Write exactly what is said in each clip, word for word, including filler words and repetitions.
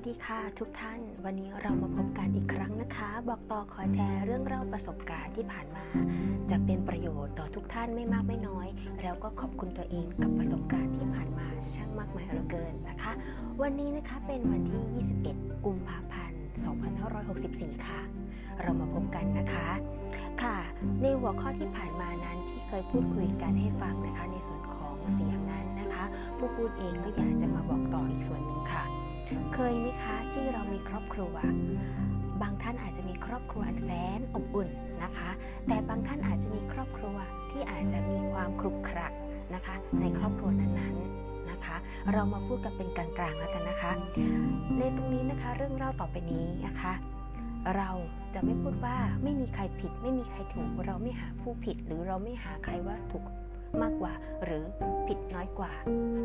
ดีค่ะทุกท่านวันนี้เรามาพบกันอีกครั้งนะคะบอกต่อขอแชร์เรื่องเล่าประสบการณ์ที่ผ่านมาจะเป็นประโยชน์ต่อทุกท่านไม่มากไม่น้อยแล้วก็ขอบคุณตัวเองกับประสบการณ์ที่ผ่านมาช่างมากมายเหลือเกินนะคะวันนี้นะคะเป็นวันที่ยี่สิบเอ็ดกุมภาพันธ์สองพันห้าร้อยหกสิบสี่ค่ะเรามาพบกันนะคะค่ะในหัวข้อที่ผ่านมานั้นที่เคยพูดคุยกันให้ฟังนะคะในส่วนของเสียงนั้นนะคะผู้พูดเองก็อยากจะมาบอกต่ออีกส่วนหนึ่งค่ะเคยไหมคะที่เรามีครอบครัวบางท่านอาจจะมีครอบครัวแสนอบอุ่นนะคะแต่บางท่านอาจจะมีครอบครัวที่อาจจะมีความครุขระนะคะในครอบครัวนั้นๆนะคะเรามาพูดกันเป็นกลางๆแล้วกันนะคะในตรงนี้นะคะเรื่องเล่าต่อไปนี้นะคะเราจะไม่พูดว่าไม่มีใครผิดไม่มีใครถูกเราไม่หาผู้ผิดหรือเราไม่หาใครว่าถูกมากกว่าหรือผิดน้อยกว่า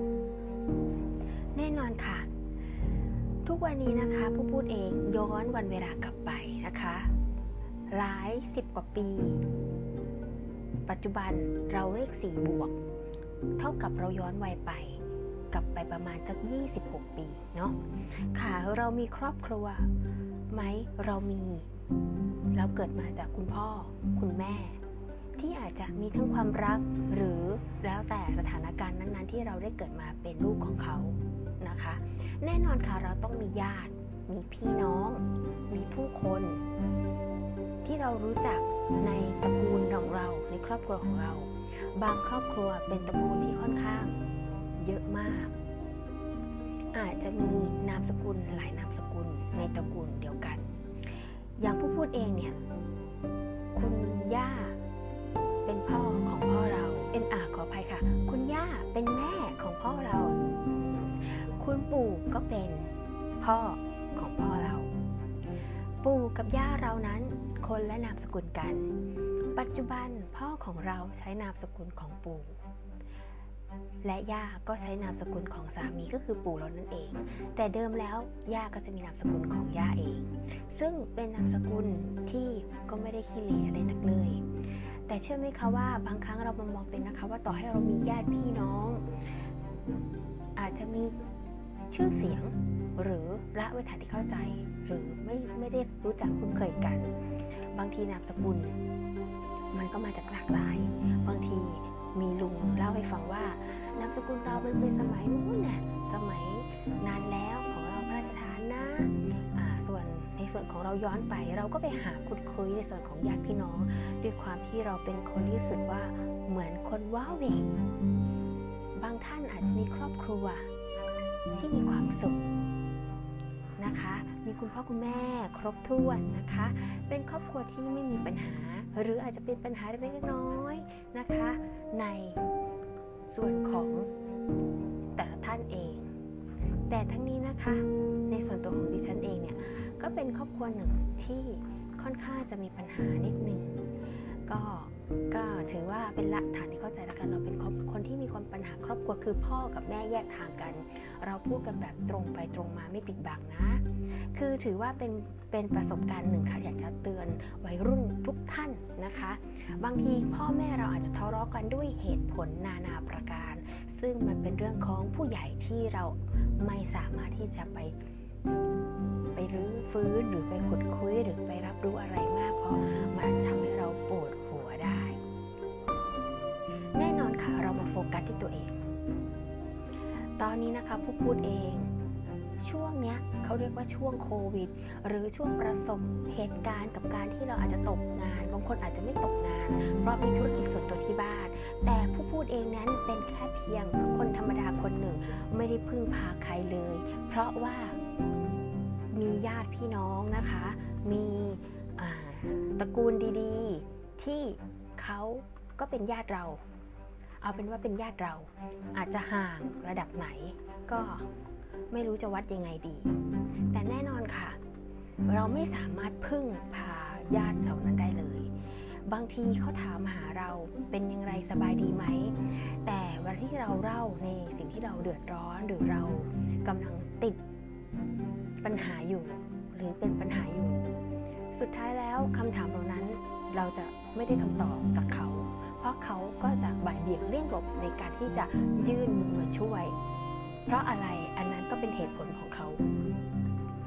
แน่นอนค่ะทุกวันนี้นะคะผู้พูดเองย้อนวันเวลากลับไปนะคะหลายสิบกว่าปีปัจจุบันเราเลขสี่บวกเท่ากับเราย้อนวัยไปกลับไปประมาณสักยี่สิบหกปีเนาะค่ะเรามีครอบครัวไหมเรามีเราเกิดมาจากคุณพ่อคุณแม่ที่อาจจะมีทั้งความรักหรือแล้วแต่สถานการณ์นั้นๆที่เราได้เกิดมาเป็นลูกของเขานะคะแน่นอนค่ะเราต้องมีญาติมีพี่น้องมีผู้คนที่เรารู้จักในตระกูลของเราในครอบครัวของเราบางครอบครัวเป็นตระกูลที่ค่อนข้างเยอะมากอาจจะมีนามสกุลหลายนามสกุลในตระกูลเดียวกันอย่างผู้พูดเองเนี่ยคุณย่าเป็นพ่อของพ่อเราเอ็นอาขออภัยค่ะคุณย่าเป็นแม่ของพ่อเราคุณปู่ก็เป็นพ่อของพ่อเราปู่กับย่าเรานั้นคนละนามสกุลกันปัจจุบันพ่อของเราใช้นามสกุลของปู่และย่าก็ใช้นามสกุลของสามีก็คือปู่เรานั่นเองแต่เดิมแล้วย่าก็จะมีนามสกุลของย่าเองซึ่งเป็นนามสกุลที่ก็ไม่ได้ขี้เหร่อะไรนักเลยแต่เชื่อไหมคะว่าบางครั้งเรามามองเป็นนะคะว่าต่อให้เรามีญาติพี่น้องอาจจะมีชื่อเสียงหรือละเวทาที่เข้าใจหรือไม่ไม่ได้รู้จักคุ้นเคยกันบางทีนามสกุลมันก็มาจากหลากหลายบางทีมีลุงเล่าให้ฟังว่านามสกุลเราเป็นเป็นสมัยนู้นน่ะสมัยนานแล้วของเราพระราชทานนะอ่าส่วนในส่วนของเราย้อนไปเราก็ไปหาคุยคุยในส่วนของญาติพี่น้องด้วยความที่เราเป็นคนที่รู้สึกว่าเหมือนคนว้าเหวบางท่านอาจจะมีครอบครัวที่มีความสุขนะคะมีคุณพ่อคุณแม่ครบถ้วนนะคะเป็นครอบครัวที่ไม่มีปัญหาหรืออาจจะเป็นปัญหาเล็กๆน้อยๆนะคะในส่วนของแต่ละท่านเองแต่ทั้งนี้นะคะในส่วนตัวของดิฉันเองเนี่ยก็เป็นครอบครัวหนึ่งที่ค่อนข้างจะมีปัญหานิดนึงก็ก็ถือว่าเป็นหลักฐานที่เข้าใจแล้วกันเราเป็นคนที่มีความปัญหาครอบครัวคือพ่อกับแม่แยกทางกันเราพูดกันแบบตรงไปตรงมาไม่ปิดบังนะคือถือว่าเป็นเป็นประสบการณ์หนึ่งค่ะอยากจะเตือนวัยรุ่นทุกท่านนะคะบางทีพ่อแม่เราอาจจะทะเลาะกันด้วยเหตุผลนานาประการซึ่งมันเป็นเรื่องของผู้ใหญ่ที่เราไม่สามารถที่จะไปไปรื้อฟื้นหรือไปขุดคุยหรือไปรับรู้อะไรมากเพราะมันทำให้เราปวดหัวได้แน่นอนค่ะเรามาโฟกัสที่ตัวเองตอนนี้นะคะผู้พูดเองช่วงเนี้ยเขาเรียกว่าช่วงโควิดหรือช่วงประสบเหตุการณ์กับการที่เราอาจจะตกงานบางคนอาจจะไม่ตกงานเพราะมีธุรกิจส่วนตัวที่บ้านแต่ผู้พูดเองนั้นเป็นแค่เพียงคนธรรมดาคนหนึ่งไม่ได้พึ่งพาใครเลยเพราะว่ามีญาติพี่น้องนะคะมีตระกูลดีๆที่เขาก็เป็นญาติเราเอาเป็นว่าเป็นญาติเราอาจจะห่างระดับไหนก็ไม่รู้จะวัดยังไงดีแต่แน่นอนค่ะเราไม่สามารถพึ่งพาญาติเหล่านั้นได้เลยบางทีเขาถามหาเราเป็นยังไงสบายดีไหมแต่วันที่เราเล่าในสิ่งที่เราเดือดร้อนหรือเรากำลังติดปัญหาอยู่หรือเป็นปัญหาอยู่สุดท้ายแล้วคำถามเหล่านั้นเราจะไม่ได้คำตอบจากเขาเพราะเขาก็จะบ่ายเบี่ยงเลี่ยงหลบในการที่จะยื่นมือมาช่วยเพราะอะไรอันนั้นก็เป็นเหตุผลของเขา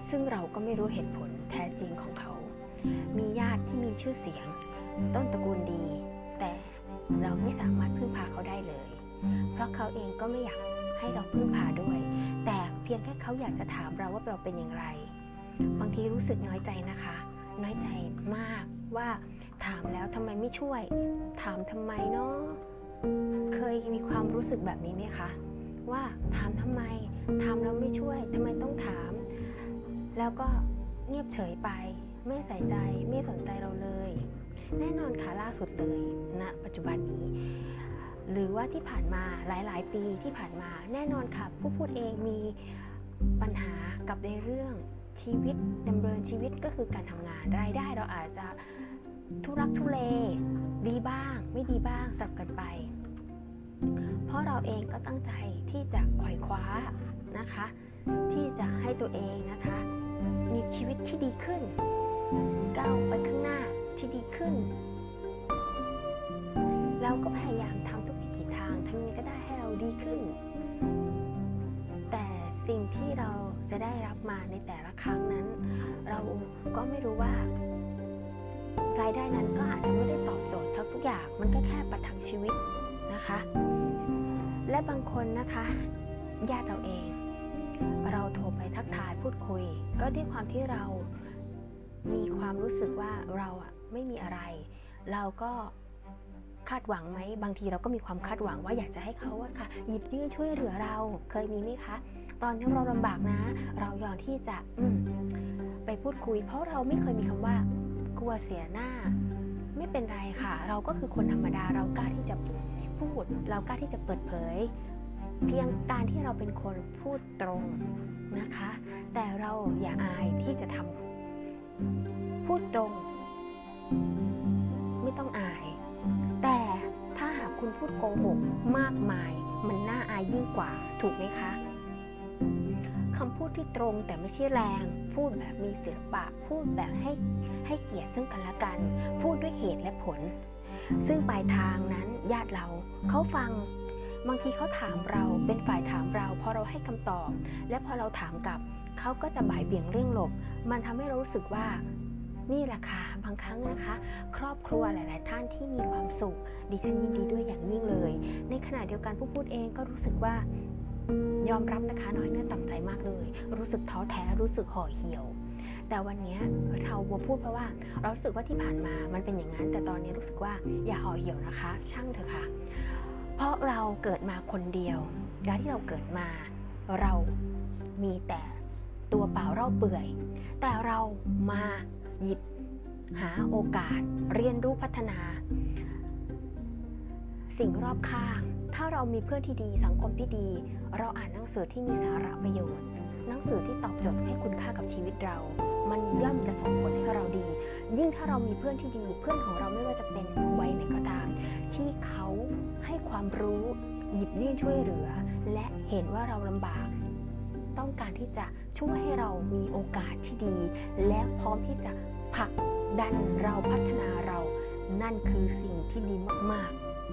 ซึ่งเราก็ไม่รู้เหตุผลแท้จริงของเขา มีญาติที่มีชื่อเสียงต้นตระกูลดีแต่เราไม่สามารถพึ่งพาเขาได้เลยเพราะเขาเองก็ไม่อยากให้เราพึ่งพาด้วยแต่เพียงแค่เขาอยากจะถามเราว่าเราเป็นอย่างไรบางทีรู้สึกน้อยใจนะคะน้อยใจมากว่าถามแล้วทำไมไม่ช่วยถามทำไมเนาะเคยมีความรู้สึกแบบนี้ไหมคะว่าถามทำไมถามแล้วไม่ช่วยทำไมต้องถามแล้วก็เงียบเฉยไปไม่ใส่ใจไม่สนใจเราเลยแน่นอนค่ะล่าสุดเลยณนะปัจจุบันนี้หรือว่าที่ผ่านมาหลายๆปีที่ผ่านมาแน่นอนค่ะผู้พูดเองมีปัญหากับในเรื่องชีวิตดำเนินชีวิตก็คือการทำงานรายได้เราอาจจะทุรักทุเลดีบ้างไม่ดีบ้างสลับกันไปเพราะเราเองก็ตั้งใจที่จะไขว่คว้านะคะที่จะให้ตัวเองนะคะมีชีวิตที่ดีขึ้นก้าวไปข้างหน้าที่ดีขึ้นเราก็พยายามทำทุกวิถีทางทำยังไงก็ได้ให้เราดีขึ้นแต่สิ่งที่เราจะได้รับมาในแต่ละครั้งนั้นเราก็ไม่รู้ว่ารายได้นั้นก็อาจจะไม่ได้ตอบโจทย์ทุกอย่างมันก็แค่ประทังชีวิตนะคะและบางคนนะคะญาติเราเองเราโทรไปทักทายพูดคุยก็ด้วยความที่เรามีความรู้สึกว่าเราอะไม่มีอะไรเราก็คาดหวังไหมบางทีเราก็มีความคาดหวังว่าอยากจะให้เขาอะค่ะหยิบยื่นช่วยเหลือเราเคยมีไหมคะตอนที่เราลำบากนะเรายอมที่จะไปพูดคุยเพราะเราไม่เคยมีคำว่ากลัวเสียหน้าไม่เป็นไรค่ะเราก็คือคนธรรมดาเรากล้าที่จะพูดเรากล้าที่จะเปิดเผยเพียงการที่เราเป็นคนพูดตรงนะคะแต่เราอย่าอายที่จะทำพูดตรงไม่ต้องอายแต่ถ้าหากคุณพูดโกหกมากมายมันน่าอายยิ่งกว่าถูกไหมคะคำพูดที่ตรงแต่ไม่ใช่แรงพูดแบบมีศิลปะพูดแบบให้ให้เกียรติซึ่งกันและกันพูดด้วยเหตุและผลซึ่งปลายทางนั้นญาติเราเขาฟังบางทีเขาถามเราเป็นฝ่ายถามเราพอเราให้คำตอบและพอเราถามกลับเขาก็จะบ่ายเบี่ยงเรื่องหลบมันทำให้เรารู้สึกว่านี่แหละค่ะบางครั้งนะคะครอบครัวหลายๆท่านที่มีความสุขดิฉันยินดีด้วยอย่างยิ่งเลยในขณะเดียวกันผู้พูดเองก็รู้สึกว่ายอมรับนะคะน้อยเนื้อต่ำใจมากเลยรู้สึกท้อแท้รู้สึกห่อเหี่ยวแต่วันนี้เราพูดเพราะว่าเรารู้สึกว่าที่ผ่านมามันเป็นอย่างนั้นแต่ตอนนี้รู้สึกว่าอย่าห่อเหี่ยวนะคะช่างเถอะค่ะเพราะเราเกิดมาคนเดียวการที่เราเกิดมาเรามีแต่ตัวเปล่าเล่าเปื่อยแต่เรามาหยิบหาโอกาสเรียนรู้พัฒนาสิ่งรอบข้างถ้าเรามีเพื่อนที่ดีสังคมที่ดีเราอ่านหนังสือที่มีสาระประโยชน์หนังสือที่ตอบโจทย์ให้คุณค่ากับชีวิตเรามันย่อมจะส่งผลให้เราดียิ่งถ้าเรามีเพื่อนที่ดีเพื่อนของเราไม่ว่าจะเป็นวัยไหนก็ตามที่เขาให้ความรู้หยิบยื่นช่วยเหลือและเห็นว่าเราลำบากต้องการที่จะช่วยให้เรามีโอกาสที่ดีและพร้อมที่จะผลักดันเราพัฒนาเรานั่นคือสิ่งที่ดีมาก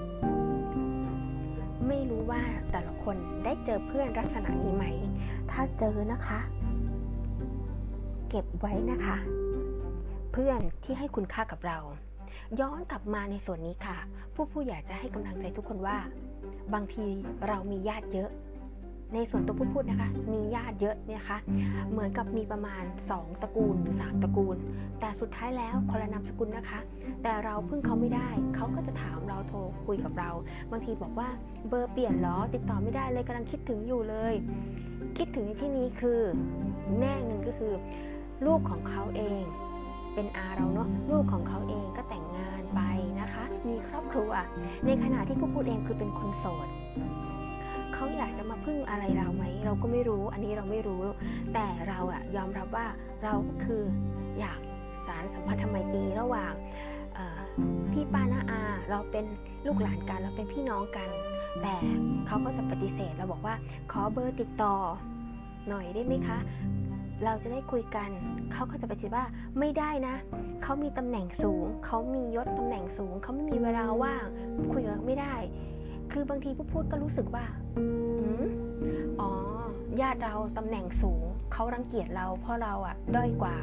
ๆไม่รู้ว่าแต่ละคนได้เจอเพื่อนลักษณะนี้ไหมถ้าเจอนะคะเก็บไว้นะคะเพื่อนที่ให้คุณค่ากับเราย้อนกลับมาในส่วนนี้ค่ะผู้ผู้อยากจะให้กำลังใจทุกคนว่าบางทีเรามีญาติเยอะในส่วนตัวผู้พูดนะคะมีญาติเยอะเนี่ยค่ะเหมือนกับมีประมาณสองตระกูลหรือสามตระกูลแต่สุดท้ายแล้วคนละนามสกุลนะคะแต่เราพึ่งเขาไม่ได้เขาก็จะถามเราโทรคุยกับเราบางทีบอกว่าเบอร์เปลี่ยนเหรอติดต่อไม่ได้เลยกำลังคิดถึงอยู่เลยคิดถึงในที่นี้คือแน่หนึ่งก็คือลูกของเขาเองเป็นอาเราเนาะลูกของเขาเองก็แต่งงานไปนะคะมีครอบครัวในขณะที่ผู้พูดเองคือเป็นคนโสดเขาอยากจะมาพึ่งอะไรเราไหมเราก็ไม่รู้อันนี้เราไม่รู้แต่เราอะยอมรับว่าเราคืออยากสานสัมพันธไมตรีระหว่างพี่ป้าน้าอาเราเป็นลูกหลานกันเราเป็นพี่น้องกันแต่เขาก็จะปฏิเสธเราบอกว่าขอเบอร์ติดต่อหน่อยได้ไหมคะเราจะได้คุยกันเขาก็จะปฏิเสธว่าไม่ได้นะเขามีตำแหน่งสูงเขามียศตำแหน่งสูงเขาไม่มีเวลาว่างคุยกันไม่ได้คือบางทีผู้พูดก็รู้สึกว่าอืมอ๋อญาติเราตำแหน่งสูงเขารังเกียจเราเพราะเราอะด้อยกว่า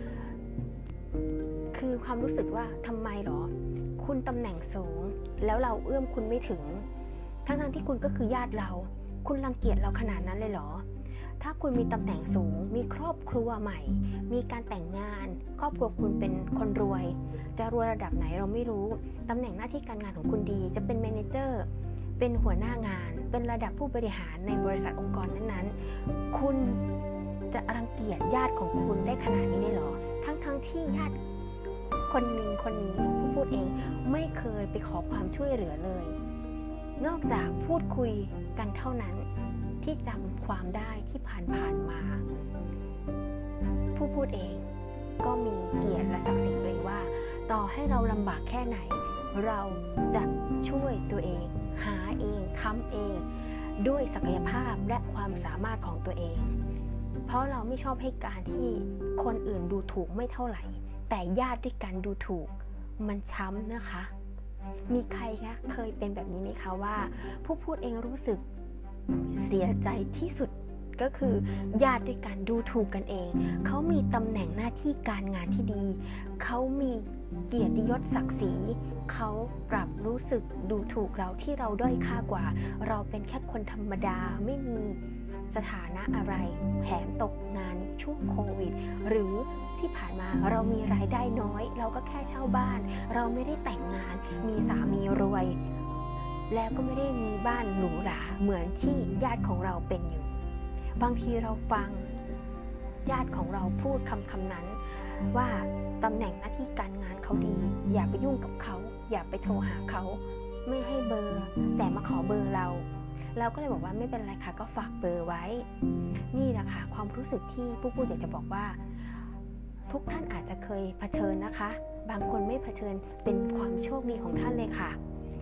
คือความรู้สึกว่าทำไมหรอคุณตำแหน่งสูงแล้วเราเอื้อมคุณไม่ถึงทั้งๆที่คุณก็คือญาติเราคุณรังเกียจเราขนาดนั้นเลยเหรอถ้าคุณมีตำแหน่งสูงมีครอบครัวใหม่มีการแต่งงานครอบครัวคุณเป็นคนรวยจะรวยระดับไหนเราไม่รู้ตำแหน่งหน้าที่การงานของคุณดีจะเป็นแมเนเจอร์เป็นหัวหน้างานเป็นระดับผู้บริหารในบริษัทองค์กรนั้นๆคุณจะรังเกียจญาติของคุณได้ขนาดนี้เลยเหรอทั้งๆที่ญาติคนหนึ่งคนนี้ผู้พูดเองไม่เคยไปขอความช่วยเหลือเลยนอกจากพูดคุยกันเท่านั้นที่จำความได้ที่ผ่านๆมาผู้พูดเองก็มีเกียรติและศักดิ์ศรีตัวเองว่าต่อให้เราลำบากแค่ไหนเราจะช่วยตัวเองหาเองทำเองด้วยศักยภาพและความสามารถของตัวเองเพราะเราไม่ชอบให้การที่คนอื่นดูถูกไม่เท่าไหร่แต่ญาติด้วยกันดูถูกมันช้ำนะคะมีใครคะเคยเป็นแบบนี้ไหมคะว่าผู้พูดเองรู้สึกเสียใจที่สุดก็คือญาติด้วยกันดูถูกกันเองเขามีตำแหน่งหน้าที่การงานที่ดีเขามีเกียรติยศศักดิ์ศรีเขาปรับรู้สึกดูถูกเราที่เราด้อยค่ากว่าเราเป็นแค่คนธรรมดาไม่มีสถานะอะไรแถมตกงานช่วงโควิดหรือที่ผ่านมาเรามีรายได้น้อยเราก็แค่เช่าบ้านเราไม่ได้แต่งงานมีสามีรวยแล้วก็ไม่ได้มีบ้านหรูหราเหมือนที่ญาติของเราเป็นอยู่บางทีเราฟังญาติของเราพูดคำคำนั้นว่าตำแหน่งหน้าที่การงานเขาดีอย่าไปยุ่งกับเขาอย่าไปโทรหาเขาไม่ให้เบอร์แต่มาขอเบอร์เราเราก็เลยบอกว่าไม่เป็นไรค่ะก็ฝากเบอร์ไว้นี่แหละค่ะความรู้สึกที่ผู้พูดอยากจะบอกว่าทุกท่านอาจจะเคยเผชิญนะคะบางคนไม่เผชิญเป็นความโชคดีของท่านเลยค่ะ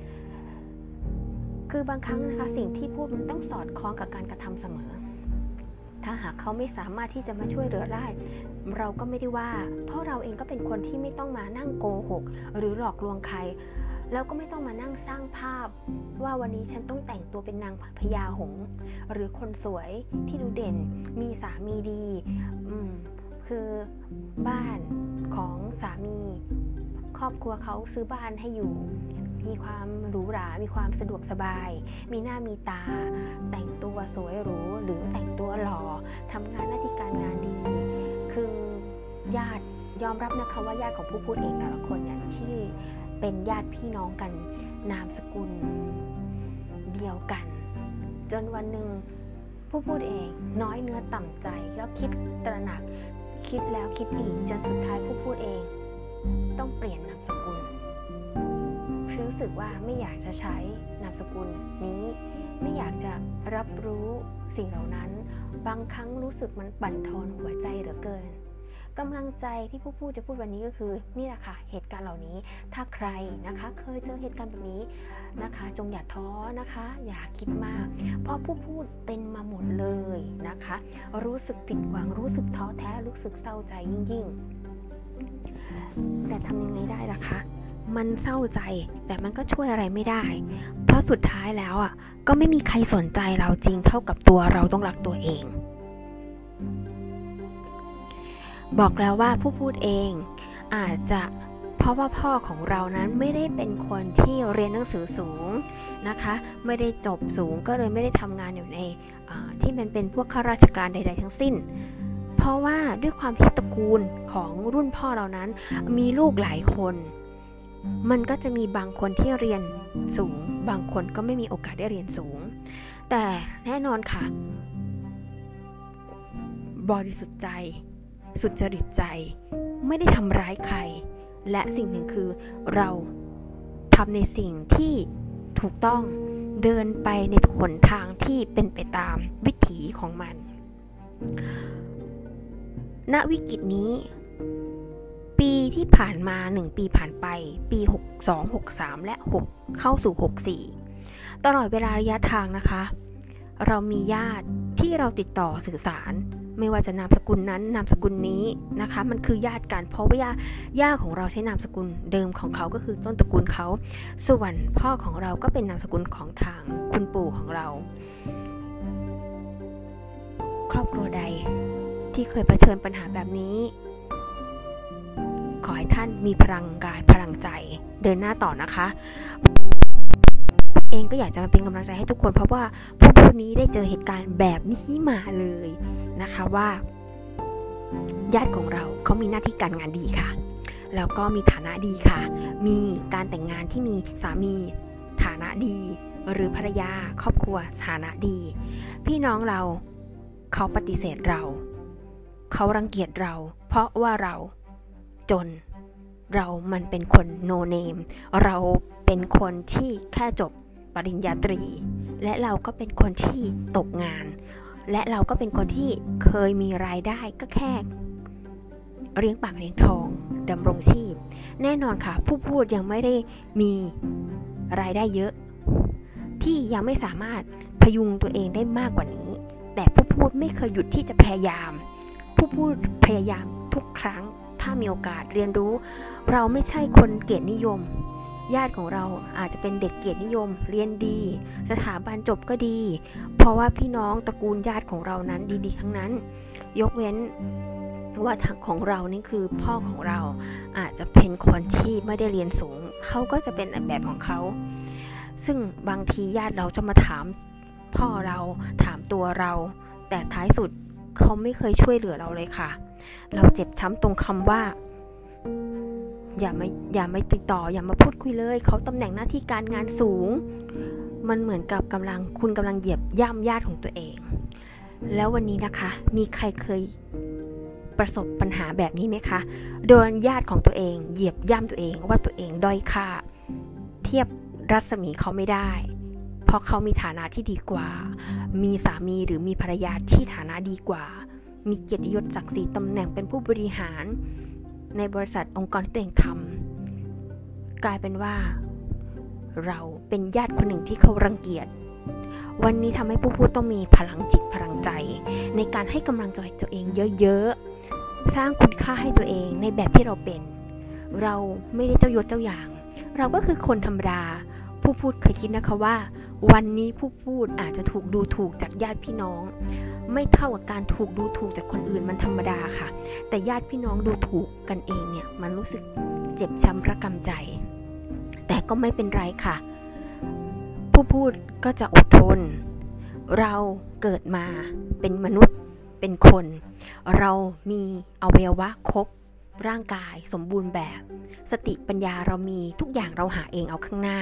คือบางครั้งนะคะสิ่งที่พูดมันต้องสอดคล้องกับการกระทำเสมอถ้าหากเขาไม่สามารถที่จะมาช่วยเหลือได้เราก็ไม่ได้ว่าเพราะเราเองก็เป็นคนที่ไม่ต้องมานั่งโกหกหรือหลอกลวงใครแล้วก็ไม่ต้องมานั่งสร้างภาพว่าวันนี้ฉันต้องแต่งตัวเป็นนางพญาหงส์หรือคนสวยที่ดูเด่นมีสามีดีอืมคือบ้านของสามีครอบครัวเขาซื้อบ้านให้อยู่มีความหรูหรามีความสะดวกสบายมีหน้ามีตาแต่งตัวสวยหรูหรือแต่งตัวหล่อทำงานหน้าที่การงานดีคือญาติยอมรับนะคะว่าญาติของผู้พูดเองแต่ละคนเนี่ยที่เป็นญาติพี่น้องกันนามสกุลเดียวกันจนวันหนึ่งผู้พูดเองน้อยเนื้อต่ำใจแล้วคิดตระหนักคิดแล้วคิดอีกจนสุดท้ายผู้พูดเองต้องเปลี่ยนนามสกุลรู้สึกว่าไม่อยากจะใช้นามสกุลนี้ไม่อยากจะรับรู้สิ่งเหล่านั้นบางครั้งรู้สึกมันบั่นทอนหัวใจเหลือเกินกำลังใจที่ผู้พูดจะพูดวันนี้ก็คือนี่แหละค่ะเหตุการณ์เหล่านี้ถ้าใครนะคะเคยเจอเหตุการณ์แบบนี้นะคะจงอย่าท้อนะคะอย่าคิดมากเพราะผู้พูดเป็นมาหมดเลยนะคะรู้สึกผิดหวังรู้สึกท้อแท้รู้สึกเศร้าใจยิ่งๆแต่ทำยังไงได้ล่ะคะมันเศร้าใจแต่มันก็ช่วยอะไรไม่ได้เพราะสุดท้ายแล้วอ่ะก็ไม่มีใครสนใจเราจริงเท่ากับตัวเราต้องรักตัวเองบอกแล้วว่าผู้พูดเองอาจจะเพราะว่าพ่อของเรานั้นไม่ได้เป็นคนที่เรียนหนังสือสูงนะคะไม่ได้จบสูงก็เลยไม่ได้ทำงานอยู่ในที่มันเป็นพวกข้าราชการใดๆทั้งสิ้นเพราะว่าด้วยความที่ตระกูลของรุ่นพ่อเรานั้นมีลูกหลายคนมันก็จะมีบางคนที่เรียนสูงบางคนก็ไม่มีโอกาสได้เรียนสูงแต่แน่นอนค่ะบริสุทธิ์ใจสุจริตใจไม่ได้ทำร้ายใครและสิ่งหนึ่งคือเราทำในสิ่งที่ถูกต้องเดินไปในหนทางที่เป็นไปตามวิถีของมันณวิกฤตนี้ปีที่ผ่านมาหนึ่งปีผ่านไปปีหกสอง หกสามและหกเข้าสู่หกสี่ตลอดเวลาระยะทางนะคะเรามีญาติที่เราติดต่อสื่อสารไม่ว่าจะนามสกุลนั้นนามสกุลนี้นะคะมันคือญาติกันเพราะว่าย่าของเราใช้นามสกุลเดิมของเขาก็คือต้นตระกูลเขาส่วนพ่อของเราก็เป็นนามสกุลของทางคุณปู่ของเราครอบครัวใดที่เคยเผชิญปัญหาแบบนี้ขอให้ท่านมีพลังกายพลังใจเดินหน้าต่อนะคะเองก็อยากจะมาเป็นกำลังใจให้ทุกคนเพราะว่าผู้พูดนี้ได้เจอเหตุการณ์แบบนี้มาเลยนะคะว่าญาติของเราเขามีหน้าที่การงานดีค่ะแล้วก็มีฐานะดีค่ะมีการแต่งงานที่มีสามีฐานะดีหรือภรรยาครอบครัวฐานะดีพี่น้องเราเขาปฏิเสธเราเขารังเกียจเราเพราะว่าเราจนเรามันเป็นคนโนเนมเราเป็นคนที่แค่จบปริญญาตรีและเราก็เป็นคนที่ตกงานและเราก็เป็นคนที่เคยมีรายได้ก็แค่เลี้ยงปากเลี้ยงท้องดำรงชีพแน่นอนค่ะผู้พูดยังไม่ได้มีรายได้เยอะที่ยังไม่สามารถพยุงตัวเองได้มากกว่านี้แต่ผู้พูดไม่เคยหยุดที่จะพยายามผู้พูดพยายามทุกครั้งถ้ามีโอกาสเรียนรู้เราไม่ใช่คนเกียรตินิยมญาติของเราอาจจะเป็นเด็กเกียรตินิยมเรียนดีสถาบันจบก็ดีเพราะว่าพี่น้องตระกูลญาติของเรานั้นดีๆทั้งนั้นยกเว้นว่าทางของเรานี่คือพ่อของเราอาจจะเป็นคนที่ไม่ได้เรียนสูงเขาก็จะเป็นแบบของเขาซึ่งบางทีญาติเราจะมาถามพ่อเราถามตัวเราแต่ท้ายสุดเขาไม่เคยช่วยเหลือเราเลยค่ะเราเจ็บช้ำตรงคำว่าอย่ามาอย่ามาติดต่ออย่ามาพูดคุยเลยเขาตำแหน่งหน้าที่การงานสูงมันเหมือนกับกำลังคุณกำลังเหยียบย่ำญาติของตัวเองแล้ววันนี้นะคะมีใครเคยประสบปัญหาแบบนี้ไหมคะโดนญาติของตัวเองเหยียบย่ำตัวเองว่าตัวเองด้อยค่าเทียบรัศมีเขาไม่ได้เพราะเขามีฐานะที่ดีกว่ามีสามีหรือมีภรรยาที่ฐานะดีกว่ามีเกียรติยศศักดิ์ศรีตำแหน่งเป็นผู้บริหารในบริษัทองค์กรที่ตัวเองทำกลายเป็นว่าเราเป็นญาติคนหนึ่งที่เขารังเกียจวันนี้ทำให้ผู้พูดต้องมีพลังจิตพลังใจในการให้กำลังใจตัวเองเยอะๆสร้างคุณค่าให้ตัวเองในแบบที่เราเป็นเราไม่ได้เจ้ายศเจ้าอย่างเราก็คือคนธรรมดาผู้พูดเคยคิดนะคะว่าวันนี้ผู้พูดอาจจะถูกดูถูกจากญาติพี่น้องไม่เท่ากับการถูกดูถูกจากคนอื่นมันธรรมดาค่ะแต่ญาติพี่น้องดูถูกกันเองเนี่ยมันรู้สึกเจ็บช้ำระกำใจแต่ก็ไม่เป็นไรค่ะผู้พูดก็จะอดทนเราเกิดมาเป็นมนุษย์เป็นคนเรามีอวัยวะครบร่างกายสมบูรณ์แบบสติปัญญาเรามีทุกอย่างเราหาเองเอาข้างหน้า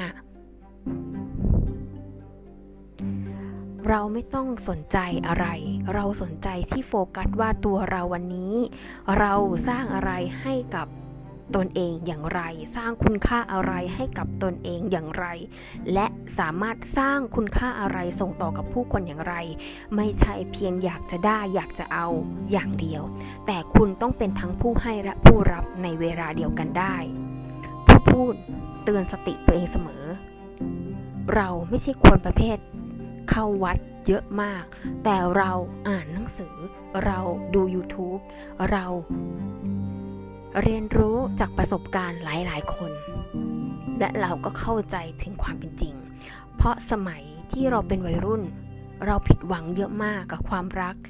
เราไม่ต้องสนใจอะไรเราสนใจที่โฟกัสว่าตัวเราวันนี้เราสร้างอะไรให้กับตนเองอย่างไรสร้างคุณค่าอะไรให้กับตนเองอย่างไรและสามารถสร้างคุณค่าอะไรส่งต่อกับผู้คนอย่างไรไม่ใช่เพียงอยากจะได้อยากจะเอาอย่างเดียวแต่คุณต้องเป็นทั้งผู้ให้และผู้รับในเวลาเดียวกันได้ผู้พูดเตือนสติตัวเองเสมอเราไม่ใช่คนประเภทเข้าวัดเยอะมากแต่เราอ่านหนังสือเราดู YouTube เราเรียนรู้จากประสบการณ์หลายๆคนและเราก็เข้าใจถึงความเป็นจริงเพราะสมัยที่เราเป็นวัยรุ่นเราผิดหวังเยอะมากกับความรัก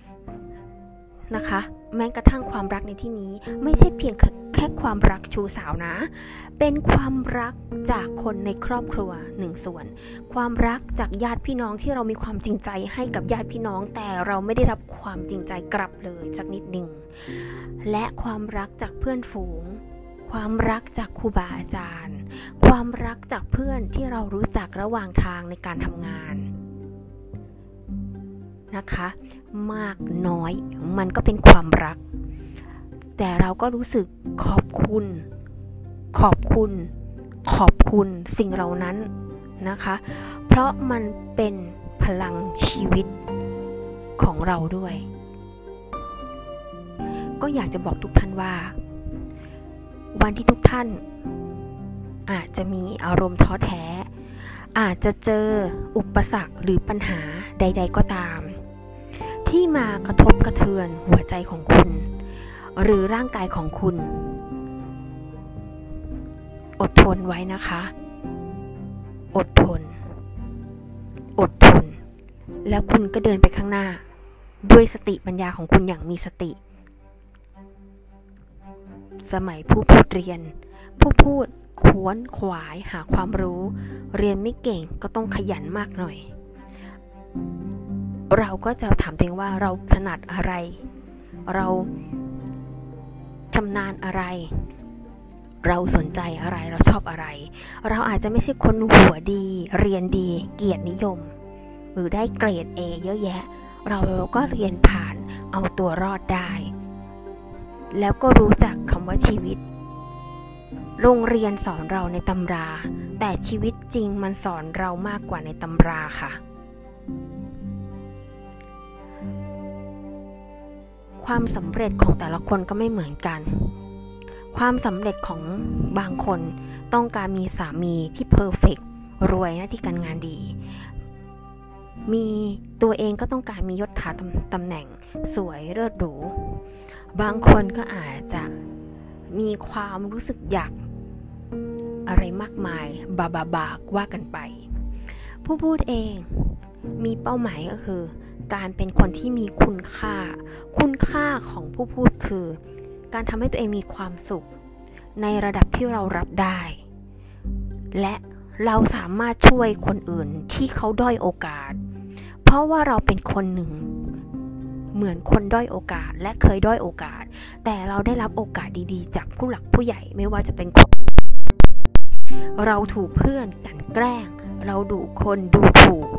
นะคะแม้กระทั่งความรักในที่นี้ไม่ใช่เพียงแค่ความรักชูสาวนะเป็นความรักจากคนในครอบครัวหนึ่งส่วนความรักจากญาติพี่น้องที่เรามีความจริงใจให้กับญาติพี่น้องแต่เราไม่ได้รับความจริงใจกลับเลยสักนิดหนึ่งและความรักจากเพื่อนฝูงความรักจากครูบาอาจารย์ความรักจากเพื่อนที่เรารู้จักระหว่างทางในการทำงานนะคะมากน้อยมันก็เป็นความรักแต่เราก็รู้สึกขอบคุณขอบคุณขอบคุณสิ่งเหล่านั้นนะคะเพราะมันเป็นพลังชีวิตของเราด้วยก็อยากจะบอกทุกท่านว่าวันที่ทุกท่านอาจจะมีอารมณ์ท้อแท้อาจจะเจออุปสรรคหรือปัญหาใดๆก็ตามที่มากระทบกระเทือนหัวใจของคุณหรือร่างกายของคุณอดทนไว้นะคะอดทนอดทนแล้วคุณก็เดินไปข้างหน้าด้วยสติปัญญาของคุณอย่างมีสติสมัยผู้พูดเรียนผู้พูดขวนขวายหาความรู้เรียนไม่เก่งก็ต้องขยันมากหน่อยเราก็จะถามตัวเองว่าเราถนัดอะไรเราชำนาญอะไรเราสนใจอะไรเราชอบอะไรเราอาจจะไม่ใช่คนหัวดีเรียนดีเกียรตินิยมหรือได้เกรด A เยอะแยะเราก็เรียนผ่านเอาตัวรอดได้แล้วก็รู้จักคำว่าชีวิตโรงเรียนสอนเราในตำราแต่ชีวิตจริงมันสอนเรามากกว่าในตำราค่ะความสำเร็จของแต่ละคนก็ไม่เหมือนกันความสำเร็จของบางคนต้องการมีสามีที่เพอร์เฟกต์รวยหน้าที่การงานดีมีตัวเองก็ต้องการมียศถาตำแหน่งสวยเลิศหรูบางคนก็อาจจะมีความรู้สึกอยากอะไรมากมายบาบาบากว่ากันไปผู้พูดเองมีเป้าหมายก็คือการเป็นคนที่มีคุณค่าคุณค่าของผู้พูดคือการทำให้ตัวเองมีความสุขในระดับที่เรารับได้และเราสามารถช่วยคนอื่นที่เขาด้อยโอกาสเพราะว่าเราเป็นคนหนึ่งเหมือนคนด้อยโอกาสและเคยด้อยโอกาสแต่เราได้รับโอกาสดีๆจากผู้หลักผู้ใหญ่ไม่ว่าจะเป็นคนเราถูกเพื่อนกลั่นแกล้งเราดูคนดูถูก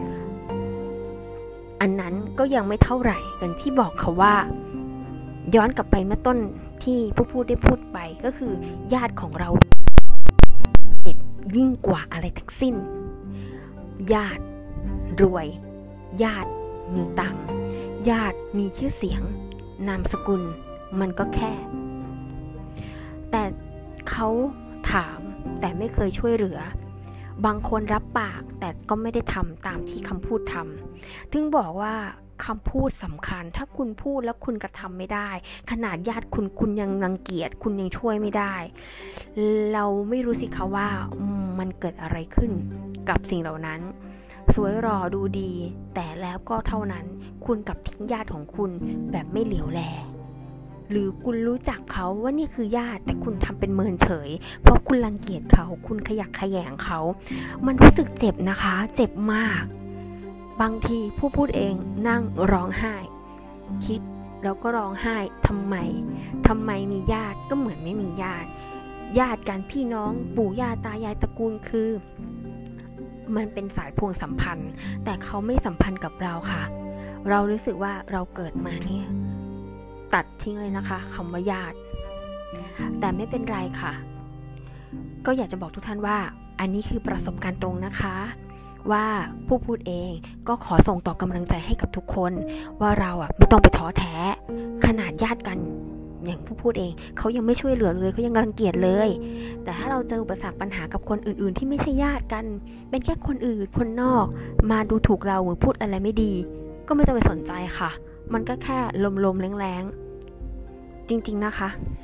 อันนั้นก็ยังไม่เท่าไหร่อย่างที่บอกเขาว่าย้อนกลับไปเมื่อต้นที่ผู้พูดได้พูดไปก็คือญาติของเราเจ็บยิ่งกว่าอะไรทั้งสิ้นญาติรวยญาติมีตังค์ญาติมีชื่อเสียงนามสกุลมันก็แค่แต่เขาถามแต่ไม่เคยช่วยเหลือบางคนรับปากแต่ก็ไม่ได้ทำตามที่คำพูดทำถึงบอกว่าคำพูดสำคัญถ้าคุณพูดแล้วคุณกระทำไม่ได้ขนาดญาติคุณคุณยังรังเกียจคุณยังช่วยไม่ได้เราไม่รู้สิคะว่ามันเกิดอะไรขึ้นกับสิ่งเหล่านั้นสวยหล่อดูดีแต่แล้วก็เท่านั้นคุณกับทิ้งญาติของคุณแบบไม่เหลียวแลหรือคุณรู้จักเขาว่านี่คือญาติแต่คุณทำเป็นเมินเฉยเพราะคุณรังเกียจเขาคุณขยักขยแยงเขามันรู้สึกเจ็บนะคะเจ็บมากบางทีผู้พูดเองนั่งร้องไห้คิดแล้วก็ร้องไห้ทำไมทำไมมีญาติก็เหมือนไม่มีญาติญาติกันพี่น้องปู่ย่าตายายตระกูลคือมันเป็นสายพวงสัมพันธ์แต่เขาไม่สัมพันธ์กับเราค่ะเรารู้สึกว่าเราเกิดมาเนี่ยตัดทิ้งเลยนะคะคำว่าญาติแต่ไม่เป็นไรค่ะก็อยากจะบอกทุกท่านว่าอันนี้คือประสบการณ์ตรงนะคะว่าผู้พูดเองก็ขอส่งต่อกำลังใจให้กับทุกคนว่าเราอ่ะไม่ต้องไปท้อแท้ขนาดญาติกันอย่างผู้พูดเองเขายังไม่ช่วยเหลือเลยเขายังรังเกียจเลยแต่ถ้าเราเจออุปสรรคปัญหากับคนอื่นๆที่ไม่ใช่ญาติกันเป็นแค่คนอื่นคนนอกมาดูถูกเราหรือพูดอะไรไม่ดีก็ไม่ต้องไปสนใจค่ะมันก็แค่ลมๆแรงๆจริงๆนะคะ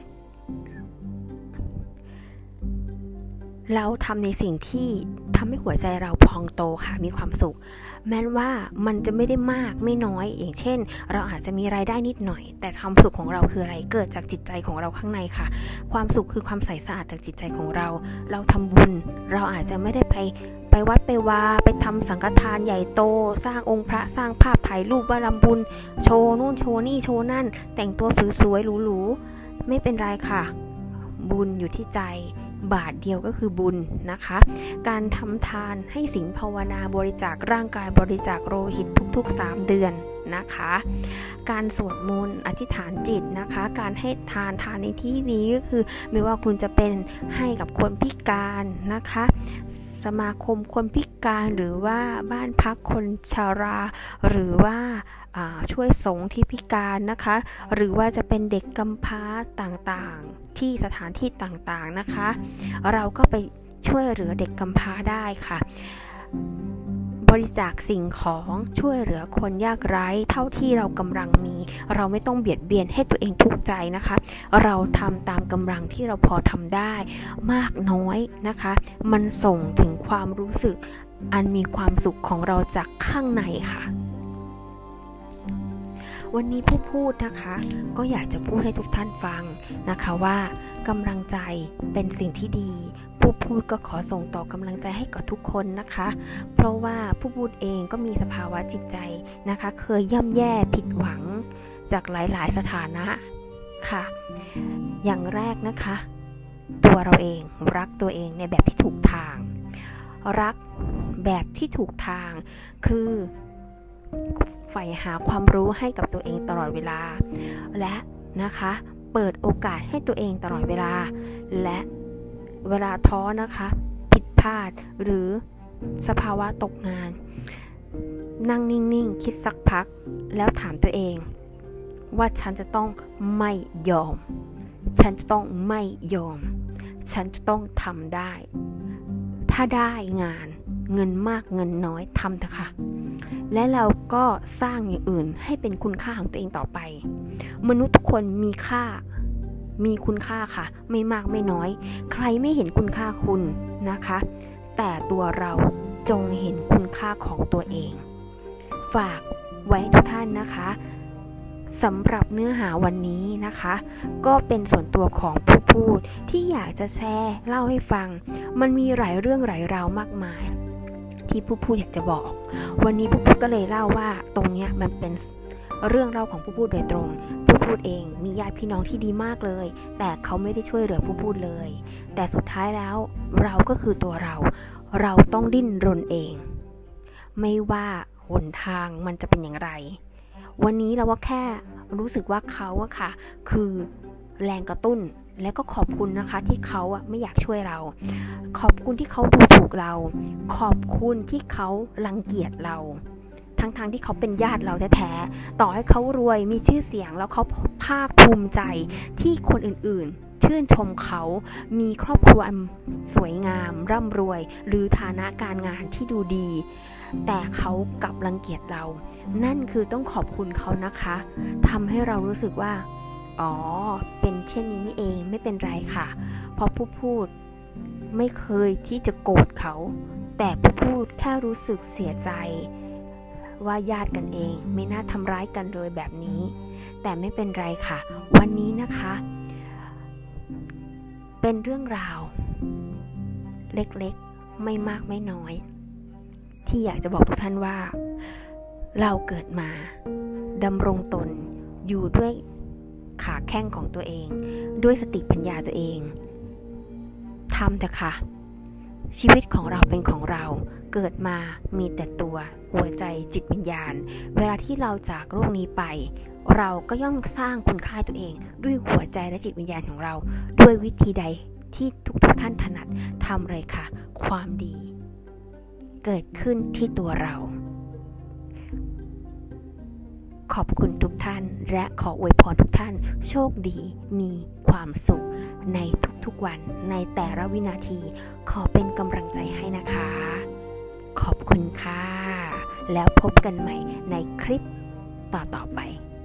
แล้วทำในสิ่งที่ทำให้หัวใจเราพองโตค่ะมีความสุขแม้ว่ามันจะไม่ได้มากไม่น้อยอย่างเช่นเราอาจจะมีรายได้นิดหน่อยแต่ความสุขของเราคืออะไรเกิดจากจิตใจของเราข้างในค่ะความสุขคือความใสสะอาดจากจิตใจของเราเราทำบุญเราอาจจะไม่ได้ไปไปวัดไปวาไปทำสังฆทานใหญ่โตสร้างองค์พระสร้างภาพถ่ายรูปว่าทำบุญโชว์นู่นโชว์นี่โชว์นั่นแต่งตัวสวยๆหรูๆไม่เป็นไรค่ะบุญอยู่ที่ใจบาทเดียวก็คือบุญนะคะการทำทานให้ศีลภาวนาบริจาคร่างกายบริจาคโลหิตทุกๆสามเดือนนะคะการสวดมนต์อธิษฐานจิตนะคะการให้ทานทานในที่นี้ก็คือไม่ว่าคุณจะเป็นให้กับคนพิการนะคะสมาคมคนพิการหรือว่าบ้านพักคนชราหรือว่าช่วยสงฆ์ที่พิการนะคะหรือว่าจะเป็นเด็กกำพร้าต่างๆที่สถานที่ต่างๆนะคะเราก็ไปช่วยเหลือเด็กกำพร้าได้ค่ะบริจาคสิ่งของช่วยเหลือคนยากไร้เท่าที่เรากำลังมีเราไม่ต้องเบียดเบียนให้ตัวเองทุกข์ใจนะคะเราทำตามกำลังที่เราพอทำได้มากน้อยนะคะมันส่งถึงความรู้สึกอันมีความสุขของเราจากข้างในค่ะวันนี้ผู้พูดนะคะก็อยากจะพูดให้ทุกท่านฟังนะคะว่ากำลังใจเป็นสิ่งที่ดีผู้พูดก็ขอส่งต่อกำลังใจให้กับทุกคนนะคะเพราะว่าผู้พูดเองก็มีสภาวะจิตใจนะคะเคยย่ำแย่ผิดหวังจากหลายๆสถานะค่ะอย่างแรกนะคะตัวเราเองรักตัวเองในแบบที่ถูกทางรักแบบที่ถูกทางคือใฝ่หาความรู้ให้กับตัวเองตลอดเวลาและนะคะเปิดโอกาสให้ตัวเองตลอดเวลาและเวลาท้อนะคะผิดพลาดหรือสภาวะตกงานนั่งนิ่งๆคิดสักพักแล้วถามตัวเองว่าฉันจะต้องไม่ยอมฉันจะต้องไม่ยอมฉันจะต้องทำได้ถ้าได้งานเงินมากเงินน้อยทำเถอะค่ะและเราก็สร้างอย่างอื่นให้เป็นคุณค่าของตัวเองต่อไปมนุษย์ทุกคนมีค่ามีคุณค่าค่ะไม่มากไม่น้อยใครไม่เห็นคุณค่าคุณนะคะแต่ตัวเราจงเห็นคุณค่าของตัวเองฝากไว้ทุกท่านนะคะสำหรับเนื้อหาวันนี้นะคะก็เป็นส่วนตัวของผู้พูดที่อยากจะแชร์เล่าให้ฟังมันมีหลายเรื่องหลายราวมากมายที่ผู้พูดอยากจะบอกวันนี้ผู้พูดก็เลยเล่าว่าตรงนี้มันเป็นเรื่องเล่าของผู้พูดโดยตรงผู้พูดเองมีญาติพี่น้องที่ดีมากเลยแต่เขาไม่ได้ช่วยเหลือผู้พูดเลยแต่สุดท้ายแล้วเราก็คือตัวเราเราต้องดิ้นรนเองไม่ว่าหนทางมันจะเป็นอย่างไรวันนี้เราว่าแค่รู้สึกว่าเขาอะค่ะคือแรงกระตุ้นและก็ขอบคุณนะคะที่เขาอะไม่อยากช่วยเราขอบคุณที่เขาดูถูกเราขอบคุณที่เขารังเกียจเราทั้งๆ ท, ที่เขาเป็นญาติเราแท้ๆต่อให้เขารวยมีชื่อเสียงแล้วเขาภาคภูมิใจที่คนอื่นๆชื่นชมเขามีครอบครัวสวยงามร่ำรวยหรือฐานะการงานที่ดูดีแต่เขากลับรังเกียจเรานั่นคือต้องขอบคุณเขานะคะทำให้เรารู้สึกว่าอ๋อเป็นเช่นนี้นี่เองไม่เป็นไรค่ะเพราะผู้พูดไม่เคยที่จะโกรธเขาแต่ผู้พูดแค่รู้สึกเสียใจว่าญาติกันเองไม่น่าทำร้ายกันเลยแบบนี้แต่ไม่เป็นไรค่ะวันนี้นะคะเป็นเรื่องราวเล็กๆไม่มากไม่น้อยที่อยากจะบอกทุกท่านว่าเราเกิดมาดำรงตนอยู่ด้วยขาแข้งของตัวเองด้วยสติปัญญาตัวเองทำเถอะค่ะชีวิตของเราเป็นของเราเกิดมามีแต่ตัวหัวใจจิตวิญญาณเวลาที่เราจากโลกนี้ไปเราก็ย่อมสร้างคุณค่าตัวเองด้วยหัวใจและจิตวิญญาณของเราด้วยวิธีใดที่ทุกๆท่านถนัดทำเลยค่ะความดีเกิดขึ้นที่ตัวเราขอบคุณทุกท่านและขออวยพรทุกท่านโชคดีมีความสุขในทุกๆวันในแต่ละวินาทีขอเป็นกำลังใจให้นะคะขอบคุณค่ะแล้วพบกันใหม่ในคลิปต่อๆไป